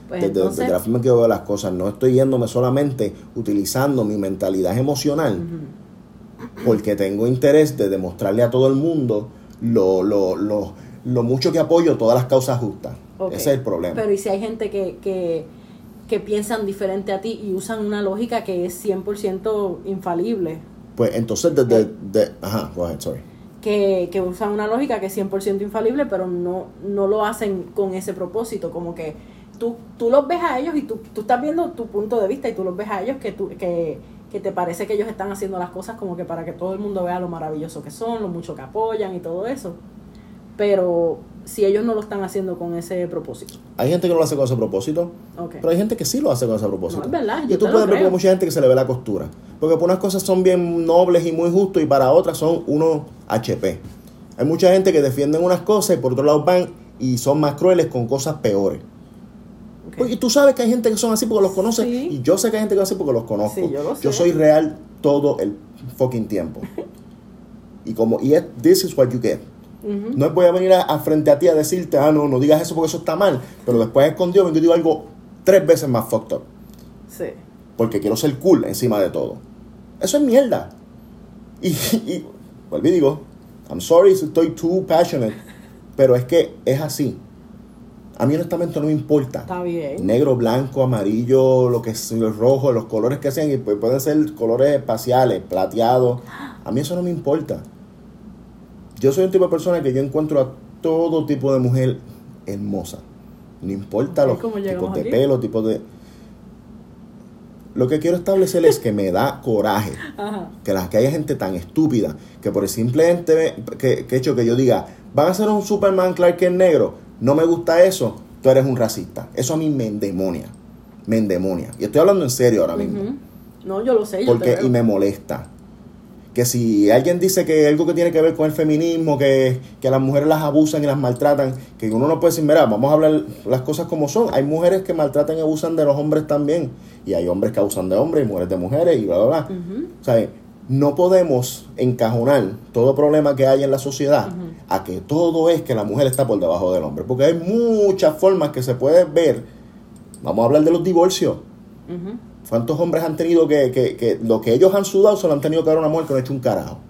Pues
desde,
entonces,
desde la forma en que yo veo las cosas. No estoy yéndome solamente utilizando mi mentalidad emocional uh-huh. porque tengo interés de demostrarle a todo el mundo lo, lo, lo, lo mucho que apoyo todas las causas justas. Okay. Ese es el problema.
Pero ¿y si hay gente que, que, que piensan diferente a ti y usan una lógica que es cien por ciento infalible?
Pues entonces desde... Eh, de, ajá, go ahead, sorry.
Que, que usan una lógica que es cien por ciento infalible, pero no, no lo hacen con ese propósito, como que tú, tú los ves a ellos y tú, tú estás viendo tu punto de vista y tú los ves a ellos que, tú, que, que te parece que ellos están haciendo las cosas como que para que todo el mundo vea lo maravilloso que son, lo mucho que apoyan y todo eso. Pero si ellos no lo están haciendo con ese propósito.
Hay gente que no lo hace con ese propósito,
okay.
pero hay gente que sí lo hace con ese propósito.
No, es verdad,
y tú puedes ver como mucha gente que se le ve la costura. Porque por unas cosas son bien nobles y muy justos y para otras son unos H P. Hay mucha gente que defienden unas cosas y por otro lado van y son más crueles con cosas peores. Okay. Y tú sabes que hay gente que son así porque los conoces. Sí. Y yo sé que hay gente que es así porque los conozco.
Sí, yo, lo sé.
Yo soy real todo el fucking tiempo. y como, y es, this is what you get. Uh-huh. No voy a venir a, a frente a ti a decirte, ah, no, no digas eso porque eso está mal. Pero después escondido vengo y digo algo tres veces más fucked up.
Sí.
Porque quiero ser cool encima de todo. Eso es mierda. Y, y vuelvo y digo, I'm sorry si estoy too passionate, pero es que es así. A mí honestamente no me importa.
Está bien.
Negro, blanco, amarillo, lo que es rojo, los colores que sean, y pueden ser colores espaciales, plateados. A mí eso no me importa. Yo soy un tipo de persona que yo encuentro a todo tipo de mujer hermosa. No importa los tipos de aquí? pelo, tipos de... Lo que quiero establecer es que me da coraje Ajá. que, la, que haya gente tan estúpida que por el simple ente que, que hecho que yo diga, van a hacer un Superman Clark Kent negro, no me gusta eso, tú eres un racista. Eso a mí me endemonia, me endemonia. Y estoy hablando en serio ahora mismo.
Uh-huh. No, yo lo sé.
Porque,
yo te
y me molesta. Que si alguien dice que algo que tiene que ver con el feminismo, que, que a las mujeres las abusan y las maltratan, que uno no puede decir, mira, vamos a hablar las cosas como son. Hay mujeres que maltratan y abusan de los hombres también. Y hay hombres que abusan de hombres y mujeres de mujeres y bla, bla, bla. Uh-huh. O sea, no podemos encajonar todo problema que hay en la sociedad uh-huh. a que todo es que la mujer está por debajo del hombre. Porque hay muchas formas que se puede ver. Vamos a hablar de los divorcios. Uh-huh. ¿Cuántos hombres han tenido que, que, que lo que ellos han sudado se lo han tenido que dar a una mujer que no ha hecho un carajo?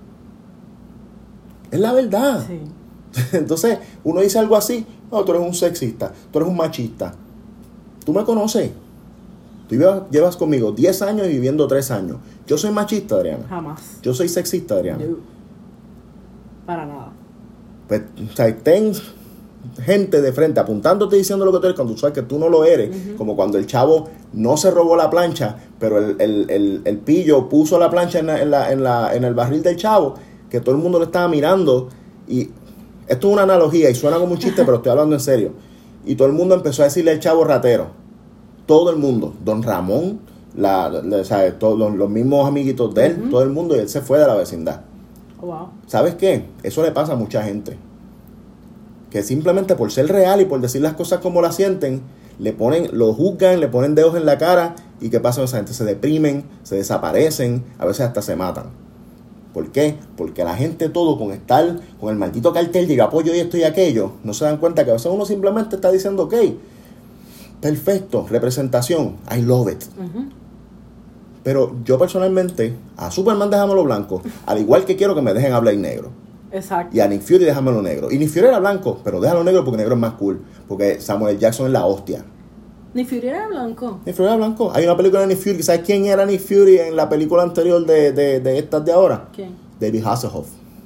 Es la verdad.
Sí.
Entonces, uno dice algo así, no, tú eres un sexista, tú eres un machista. Tú me conoces. Tú llevas, llevas conmigo diez años y viviendo tres años. Yo soy machista, Adriana.
Jamás.
Yo soy sexista, Adriana.
No. Para nada.
Pues, o sea, ten gente de frente apuntándote diciendo lo que tú eres cuando tú sabes que tú no lo eres, uh-huh. como cuando el chavo no se robó la plancha, pero el, el, el, el pillo puso la plancha en, la, en, la, en, la, en el barril del chavo, que todo el mundo lo estaba mirando, y esto es una analogía y suena como un chiste, pero estoy hablando en serio, y todo el mundo empezó a decirle al chavo ratero, todo el mundo, don Ramón, la, la, ¿sabes? Todos los, los mismos amiguitos de él, uh-huh. todo el mundo, y él se fue de la vecindad.
Oh, wow.
¿Sabes qué? Eso le pasa a mucha gente. Que simplemente por ser real y por decir las cosas como las sienten, le ponen, lo juzgan, le ponen dedos en la cara, y ¿qué pasa con esa gente? Se deprimen, se desaparecen, a veces hasta se matan. ¿Por qué? Porque la gente todo con estar con el maldito cartel de apoyo y esto y aquello, no se dan cuenta que a veces uno simplemente está diciendo, ok, perfecto, representación, I love it. Uh-huh. Pero yo personalmente, a Superman déjamelo blanco, al igual que quiero que me dejen a Blade negro.
Exacto.
Y a Nick Fury déjamelo negro. Y Nick Fury era blanco, pero déjalo negro porque negro es más cool. Porque Samuel L. Jackson es la hostia.
Nick Fury era blanco.
Nick Fury era blanco. Hay una película de Nick Fury. ¿Sabes quién era Nick Fury en la película anterior de, de, de estas de ahora?
¿Quién?
David Hasselhoff.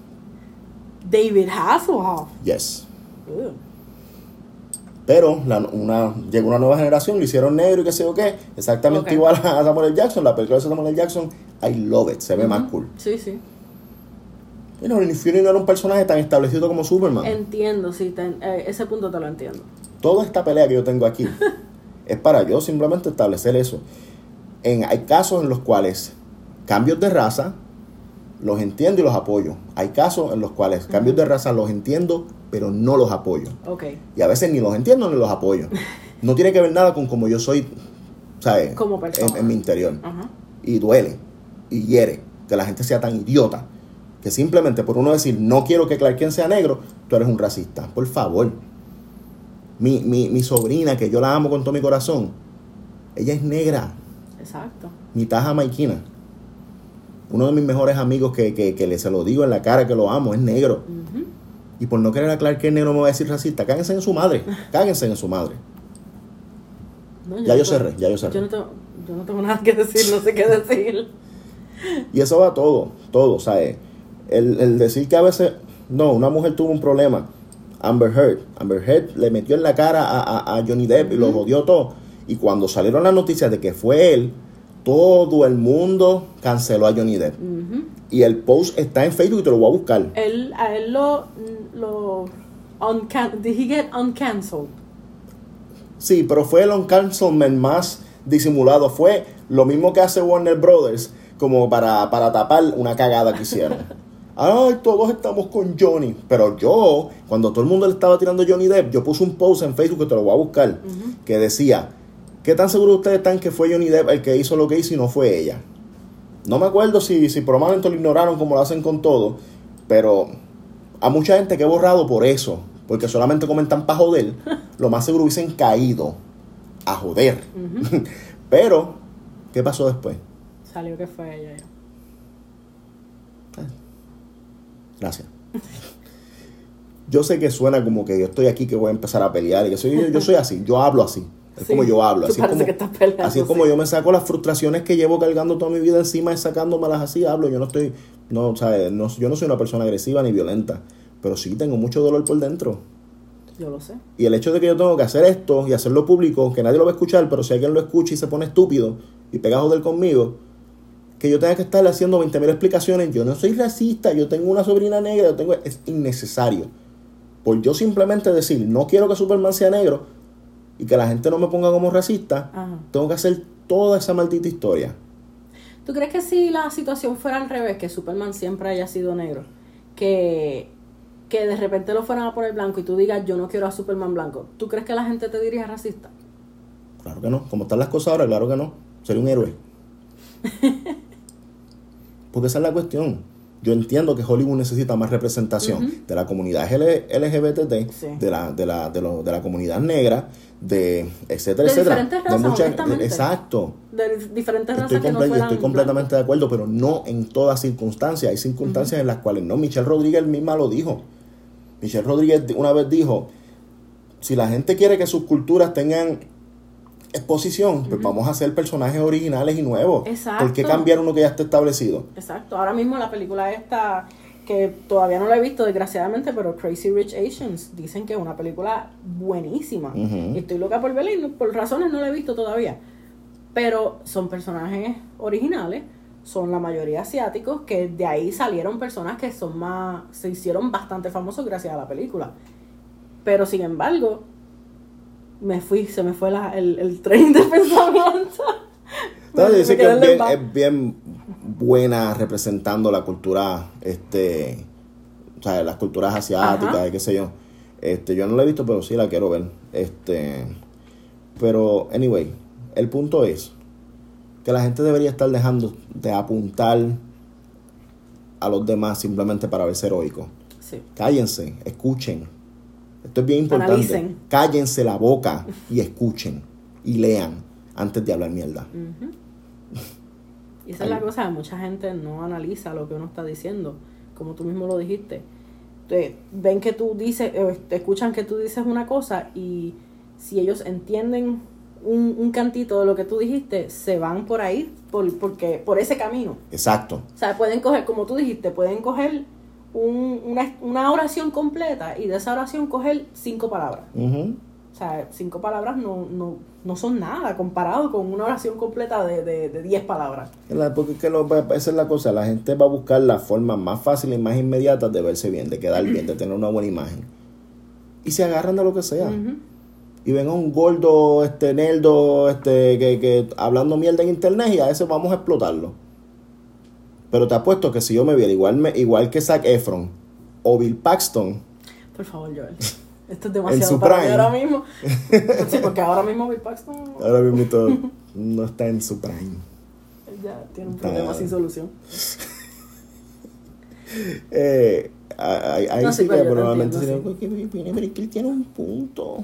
David Hasselhoff.
Yes.
Uh.
Pero la, una, llegó una nueva generación, lo hicieron negro y qué sé yo qué. Exactamente okay. igual a Samuel L. Jackson. La película de Samuel L. Jackson, I love it. Se ve uh-huh. más cool.
Sí, sí.
Bueno, Nick Fury no era un personaje tan establecido como Superman.
Entiendo, sí, te, eh, ese punto te lo entiendo.
Toda esta pelea que yo tengo aquí es para yo simplemente establecer eso. En, hay casos en los cuales cambios de raza los entiendo y los apoyo. Hay casos en los cuales uh-huh. cambios de raza los entiendo, pero no los apoyo.
Okay.
Y a veces ni los entiendo ni los apoyo. No tiene que ver nada con cómo yo soy, ¿sabes?
Como persona.
En, en mi interior.
Uh-huh.
Y duele, y hiere que la gente sea tan idiota que simplemente por uno decir no quiero que Clark Kent sea negro, tú eres un racista. Por favor. Mi, mi, mi sobrina, que yo la amo con todo mi corazón, ella es negra.
Exacto.
Mitad jamaiquina. Uno de mis mejores amigos que, que, que le se lo digo en la cara que lo amo, es negro.
Uh-huh.
Y por no querer aclarar que el negro me va a decir racista, cáguense en su madre, cáguense en su madre.
No,
ya yo
no
cerré, ya yo cerré.
Yo no, tengo, yo no tengo nada que decir, no sé qué decir.
Y eso va todo, todo, ¿sabes? El, el decir que a veces, no, una mujer tuvo un problema. Amber Heard. Amber Heard le metió en la cara a, a, a Johnny Depp uh-huh. y lo jodió todo. Y cuando salieron las noticias de que fue él, todo el mundo canceló a Johnny Depp. Uh-huh. Y el post está en Facebook y te lo voy a buscar.
Él, a él lo... lo uncan- Did he get uncancelled?
Sí, pero fue el uncancelment más disimulado. Fue lo mismo que hace Warner Brothers, como para, para tapar una cagada que hicieron. Ay, todos estamos con Johnny. Pero yo, cuando todo el mundo le estaba tirando a Johnny Depp, yo puse un post en Facebook que te lo voy a buscar, uh-huh. que decía, ¿qué tan seguros ustedes están que fue Johnny Depp el que hizo lo que hizo y no fue ella? No me acuerdo si, si por un momento lo ignoraron como lo hacen con todo, pero a mucha gente que he borrado por eso, porque solamente comentan para joder, lo más seguro hubiesen caído a joder. Uh-huh. Pero, ¿qué pasó después?
Salió que fue ella.
Eh, gracias. Yo sé que suena como que yo estoy aquí que voy a empezar a pelear y que soy, yo, yo soy así, yo hablo así. Es sí, como yo hablo. Así, como,
que peleando,
así es como
sí.
yo me saco las frustraciones que llevo cargando toda mi vida encima y sacándomelas así, hablo. Yo no estoy, no, ¿sabes? No, yo no soy una persona agresiva ni violenta, pero sí tengo mucho dolor por dentro.
Yo lo sé.
Y el hecho de que yo tengo que hacer esto y hacerlo público, que nadie lo va a escuchar, pero si alguien lo escucha y se pone estúpido y pega a joder conmigo, que yo tenga que estarle haciendo veinte mil explicaciones. Yo no soy racista, yo tengo una sobrina negra, yo tengo, es innecesario. Por yo simplemente decir, no quiero que Superman sea negro, y que la gente no me ponga como racista, ajá. tengo que hacer toda esa maldita historia.
¿Tú crees que si la situación fuera al revés, que Superman siempre haya sido negro, que, que de repente lo fueran a poner blanco y tú digas, yo no quiero a Superman blanco, ¿tú crees que la gente te diría racista?
Claro que no. Como están las cosas ahora, claro que no. Sería un héroe. Porque esa es la cuestión. Yo entiendo que Hollywood necesita más representación uh-huh. de la comunidad L G B T T, sí. de la de la de, lo, de la comunidad negra, de etcétera,
de
etcétera.
Diferentes razas,
de muchas, de, exacto.
De diferentes razas
estoy,
que
comple-
no
estoy completamente blancos. de acuerdo, pero no en todas circunstancias. Hay circunstancias uh-huh. en las cuales no. Michelle Rodríguez misma lo dijo. Michelle Rodríguez una vez dijo, si la gente quiere que sus culturas tengan exposición, pues uh-huh. vamos a hacer personajes originales y nuevos.
Exacto.
¿Por qué cambiar uno que ya está establecido?
Exacto. Ahora mismo la película esta, que todavía no la he visto desgraciadamente, pero Crazy Rich Asians, dicen que es una película buenísima. Uh-huh. Y estoy loca por verla y no, por razones no la he visto todavía. Pero son personajes originales, son la mayoría asiáticos, que de ahí salieron personas que son más, se hicieron bastante famosos gracias a la película. Pero sin embargo, me fui, se me fue la, el, el tren de pensamiento.
No, yo sé que es bien, es bien buena representando la cultura, este, o sea, las culturas asiáticas, y qué sé yo. Este, yo no la he visto, pero sí la quiero ver. Este, pero, anyway, el punto es que la gente debería estar dejando de apuntar a los demás simplemente para verse heroico. Sí. Cállense, escuchen. Esto es bien importante. Analicen. Cállense la boca y escuchen y lean antes de hablar mierda.
Uh-huh. Y esa Ahí. es la cosa, mucha gente no analiza lo que uno está diciendo, como tú mismo lo dijiste. Te, ven que tú dices, te escuchan que tú dices una cosa y si ellos entienden un, un cantito de lo que tú dijiste, se van por ahí, por, porque, por ese camino.
Exacto.
O sea, pueden coger, como tú dijiste, pueden coger Un, una, una oración completa y de esa oración coger cinco palabras. Uh-huh. O sea, cinco palabras no, no, no son nada comparado con una oración completa de, de, de diez palabras.
Porque que lo, esa es la cosa, la gente va a buscar la forma más fácil y más inmediata de verse bien, de quedar bien, de tener una buena imagen. Y se agarran de lo que sea. Uh-huh. Y ven a un gordo, este, nerdo, este, que, que hablando mierda en internet y a ese vamos a explotarlo. Pero te apuesto que si yo me viera igual, me, igual que Zac Efron o Bill Paxton.
Por favor, Joel. Esto es demasiado para mí ahora mismo. Sí, porque ahora mismo Bill Paxton.
Ahora mismo todo no está en su prime.
Ya tiene un problema está... sin solución.
eh, ahí, ahí
No,
sí
sí,
que
pero yo te
probablemente
entiendo,
sería, "Oye, pero es que él tiene un punto".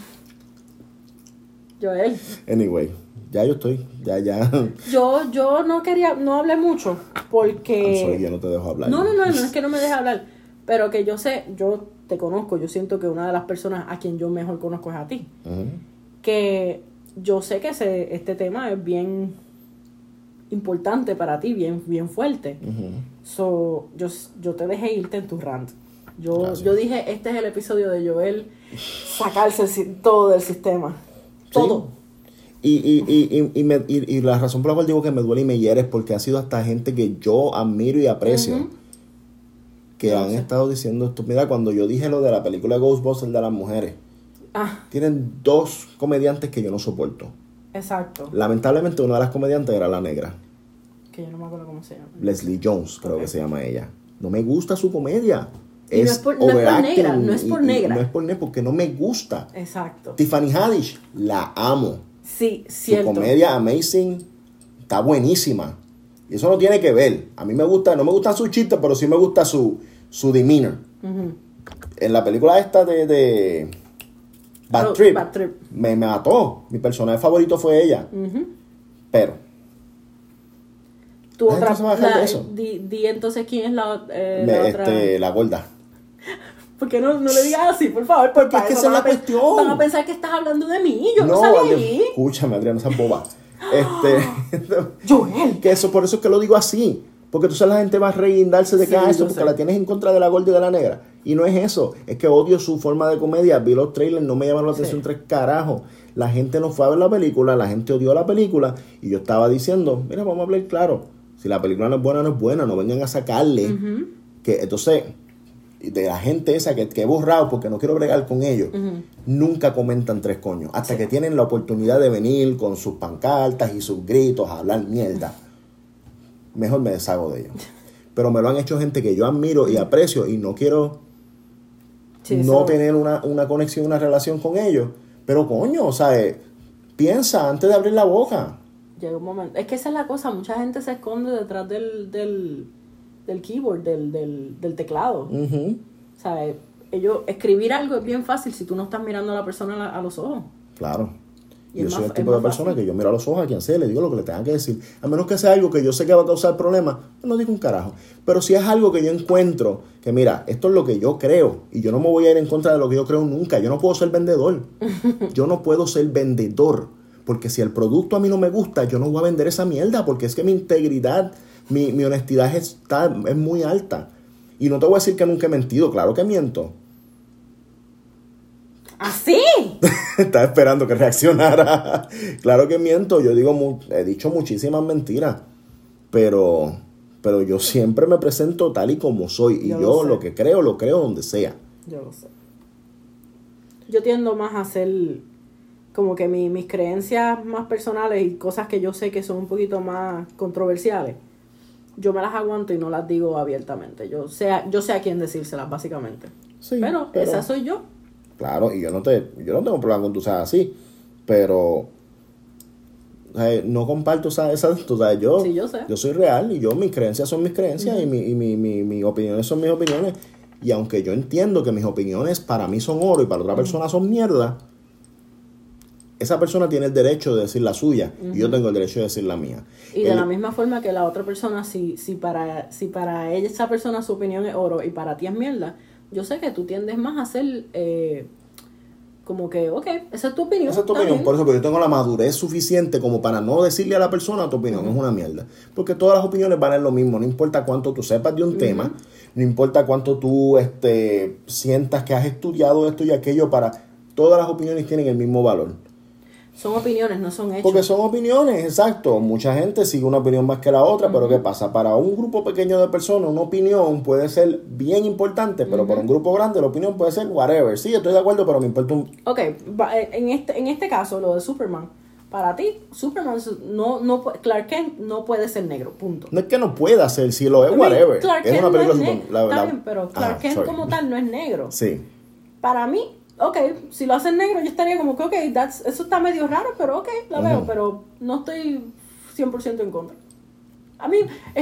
Joel.
Anyway, ya yo estoy, ya, ya.
Yo, yo no quería, no hablé mucho porque...
I'm sorry, yo no te dejo hablar.
No, no, no, no es que no me dejes hablar, pero que yo sé, yo te conozco, yo siento que una de las personas a quien yo mejor conozco es a ti.
Uh-huh.
Que yo sé que ese, este tema es bien importante para ti, bien, bien fuerte.
Uh-huh.
So, yo, yo te dejé irte en tu rant. Yo,
Gracias.
yo dije, este es el episodio de Joel sacarse el- todo del sistema. Todo.
Sí. Y, y, y, y, y, me, y, y la razón por la cual digo que me duele y me hiere es porque ha sido hasta gente que yo admiro y aprecio.
Uh-huh.
Que
Yo
han
sé.
estado diciendo esto. Mira, cuando yo dije lo de la película Ghostbusters de las mujeres,
Ah,
tienen dos comediantes que yo no soporto.
exacto.
Lamentablemente una de las comediantes era la negra.
Que yo no me acuerdo cómo se llama.
Leslie Jones, creo
Ok.
que se llama ella. No me gusta su comedia.
Y no es por- no es por
overacting
negra, no es por
y- y
negra.
No es por negra, porque no me gusta.
Exacto.
Tiffany Haddish, la amo.
Sí,
Su
cierto.
comedia amazing está buenísima. Y eso no tiene que ver. A mí me gusta, no me gustan sus chistes, pero sí me gusta su, su demeanor.
Ujú.
En la película esta de, de Bad,
Oh,
Trip,
Bad Trip.
Me, me mató. Mi personaje favorito fue ella.
Ujú.
Pero,
Tu
La
otra,
gente se va a dejar
la-
de eso.
Di, di entonces quién es la, eh,
me-
la otra.
este, la gorda.
¿Por qué no, no le digas así, por favor?
Porque
Para
es que
eso
esa es
van
la
a pe-
cuestión.
Van a pensar que estás hablando de mí. Yo no,
No,
salí
Ale-
ahí.
escúchame, Adriana, esa boba. Este,
Joel.
que eso, por eso es que lo digo así. Porque tú sabes, la gente va a reguindarse de que
Sí,
ah, eso,
yo
porque
sé.
la tienes en contra de la gorda y de la negra. Y no es eso. Es que odio su forma de comedia. Vi los trailers, no me llamaron la atención
Sí.
tres carajos. La gente no fue a ver la película, la gente odió la película. Y yo estaba diciendo, mira, vamos a hablar claro. Si la película no es buena, no es buena. No vengan a sacarle.
Ujú,
Que entonces, de la gente esa que, que he borrado porque no quiero bregar con ellos,
ujú.
nunca comentan tres coños. Hasta
Sí.
que tienen la oportunidad de venir con sus pancartas y sus gritos a hablar mierda. Mejor me deshago de ellos. Pero me lo han hecho gente que yo admiro y aprecio y no quiero
Sí,
no
eso-
tener una, una conexión, una relación con ellos. Pero coño, o sea, eh, piensa antes de abrir la boca.
Llega un momento. Es que esa es la cosa. Mucha gente se esconde detrás del, del, del keyboard, del, del, del teclado.
Ujú.
O sea, eh, ellos, escribir algo es bien fácil si tú no estás mirando a la persona a, la- a los ojos.
Claro.
Y
Yo
es
soy
más-
el tipo
es
de
más
persona
fácil.
que yo miro a los ojos a quien sea y le digo lo que le tenga que decir. A menos que sea algo que yo sé que va a causar problemas, no digo un carajo. Pero si es algo que yo encuentro, que mira, esto es lo que yo creo y yo no me voy a ir en contra de lo que yo creo nunca. Yo no puedo ser vendedor. Yo no puedo ser vendedor. Porque si el producto a mí no me gusta, yo no voy a vender esa mierda. Porque es que mi integridad, mi, mi honestidad está, es muy alta. Y no te voy a decir que nunca he mentido. Claro que miento.
¿Así?
Estaba esperando que reaccionara. Claro que miento, yo digo, mu- he dicho muchísimas mentiras, pero, pero yo siempre me presento tal y como soy. Y
Yo
yo,
lo sé.
lo que creo, lo creo donde sea.
Yo lo sé. Yo tiendo más a ser como que mi- mis creencias más personales y cosas que yo sé que son un poquito más controversiales. Yo me las aguanto y no las digo abiertamente. Yo sé, a- yo sé a quién decírselas, básicamente.
Sí,
pero, esa soy yo.
Claro, y yo no te, yo no tengo problema con tú seas así, pero o sea, no comparto esa, esa tú sabes, yo,
Sí, yo sé.
yo soy real y yo mis creencias son mis creencias y, mi, y mi, mi, mis opiniones son mis opiniones. Y aunque yo entiendo que mis opiniones para mí son oro y para otra persona son mierda, esa persona tiene el derecho de decir la suya y yo tengo el derecho de decir la mía.
Y de
El-
la misma forma que la otra persona, si, si para si para ella, esa persona su opinión es oro y para ti es mierda, yo sé que tú tiendes más a ser eh, como que, ok, esa es tu opinión.
Esa es tu
está
opinión,
bien.
por eso que yo tengo la madurez suficiente como para no decirle a la persona tu opinión es una mierda. Porque todas las opiniones valen lo mismo, no importa cuánto tú sepas de un tema, no importa cuánto tú este, sientas que has estudiado esto y aquello, para todas las opiniones tienen el mismo valor.
Son opiniones, no son hechos.
Porque son opiniones, exacto. Mucha gente sigue una opinión más que la otra, pero ¿qué pasa? Para un grupo pequeño de personas, una opinión puede ser bien importante, pero para un grupo grande la opinión puede ser whatever. Sí, estoy de acuerdo, pero me importa un...
Ok, va- eh, en este, en este caso, lo de Superman, para ti, Superman no, no, pu- Clark Kent no puede ser negro, punto.
No es que no pueda ser, si lo es,
I mean,
whatever.
Clark
Es
Kent
una
no
película...
es
super-
negro,
la-
está
la-
bien, pero Clark
Ajá,
Kent
sorry.
como tal no es negro.
Sí.
Para mí, ok, si lo hacen negro yo estaría como que, ok, that's, eso está medio raro, pero ok, la veo,
Ujú.
pero no estoy cien por ciento en contra. A mí, es que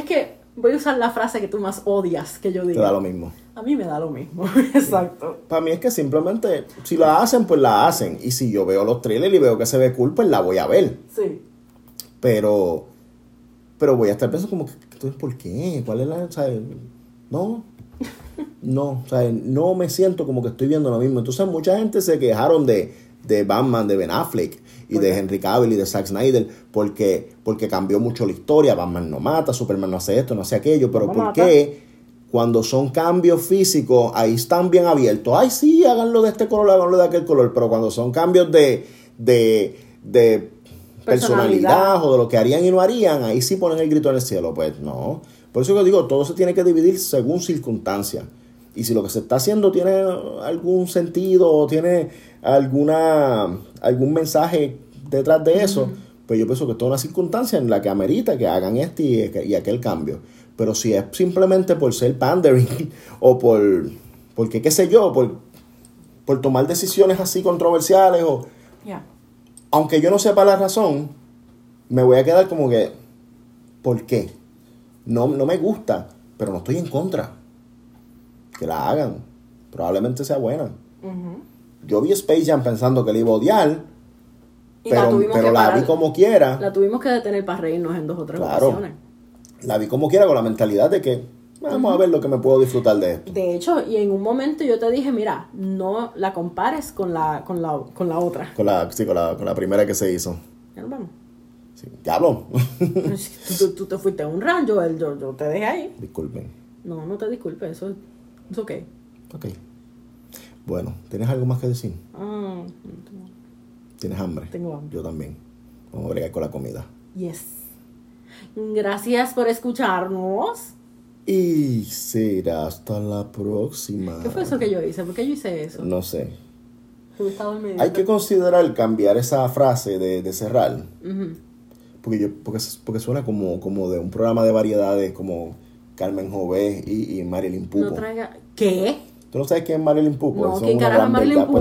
Voy a usar la frase que tú más odias que yo diga.
Te da lo mismo.
A mí me da lo mismo, exacto.
Para mí es que simplemente, si la hacen, pues la hacen. Y si yo veo los trailers y veo que se ve cool, pues la voy a ver.
Sí.
Pero, pero voy a estar pensando como, que, ¿por qué? ¿Cuál es la...? O sea, no, no, o sea, no me siento como que estoy viendo lo mismo. Entonces mucha gente se quejaron de, de Batman, de Ben Affleck, y de Henry Cavill y de Zack Snyder, porque, porque cambió mucho la historia. Batman no mata, Superman no hace esto, no hace aquello, pero
no
¿por
mata.
qué cuando son cambios físicos, ahí están bien abiertos? Ay, sí, háganlo de este color, háganlo de aquel color, pero cuando son cambios de, de, de personalidad, personalidad o de lo que harían y no harían, ahí sí ponen el grito en el cielo. Pues no. Por eso que digo, todo se tiene que dividir según circunstancias. Y si lo que se está haciendo tiene algún sentido o tiene alguna algún mensaje detrás de eso, uh-huh. pues yo pienso que es toda una circunstancia en la que amerita que hagan este y, y aquel cambio. Pero si es simplemente por ser pandering o por, porque qué sé yo, por, por tomar decisiones así controversiales o...
Yeah.
Aunque yo no sepa la razón, me voy a quedar como que, ¿por qué? No, no me gusta, pero no estoy en contra. Que la hagan. Probablemente sea buena. Uh-huh. Yo vi Space Jam pensando que la iba a odiar, y pero la, pero la parar, vi como quiera.
La tuvimos que detener para reírnos en dos o tres
claro,
ocasiones.
La vi como quiera con la mentalidad de que vamos uh-huh. a ver lo que me puedo disfrutar de esto.
De hecho, y en un momento yo te dije, mira, no la compares con la, con la, con la otra.
Con la, sí, con la, con la primera que se hizo.
Ya nos vamos.
Sí, ya hablo.
tú, tú, tú te fuiste a un rancho, yo, yo, yo te dejé ahí.
Disculpen.
No, no te disculpes, eso es ok.
Ok. Bueno, ¿tienes algo más que decir?
Ah, no tengo.
¿Tienes hambre?
Tengo hambre.
Yo también. Vamos a bregar con la comida.
Yes. Gracias por escucharnos.
Y será hasta la próxima.
¿Qué fue eso que yo hice? ¿Por qué yo hice eso?
No sé.
Estaba
Hay que considerar cambiar esa frase de, de cerrar. Uh-huh. Porque, yo, porque, porque suena como, como de un programa de variedades como Carmen Jové y, y Marilyn Pupo.
No traiga... ¿Qué?
¿Tú no sabes quién es Marilyn Pupo?
No, ¿quién carajo es Marilyn Pupo?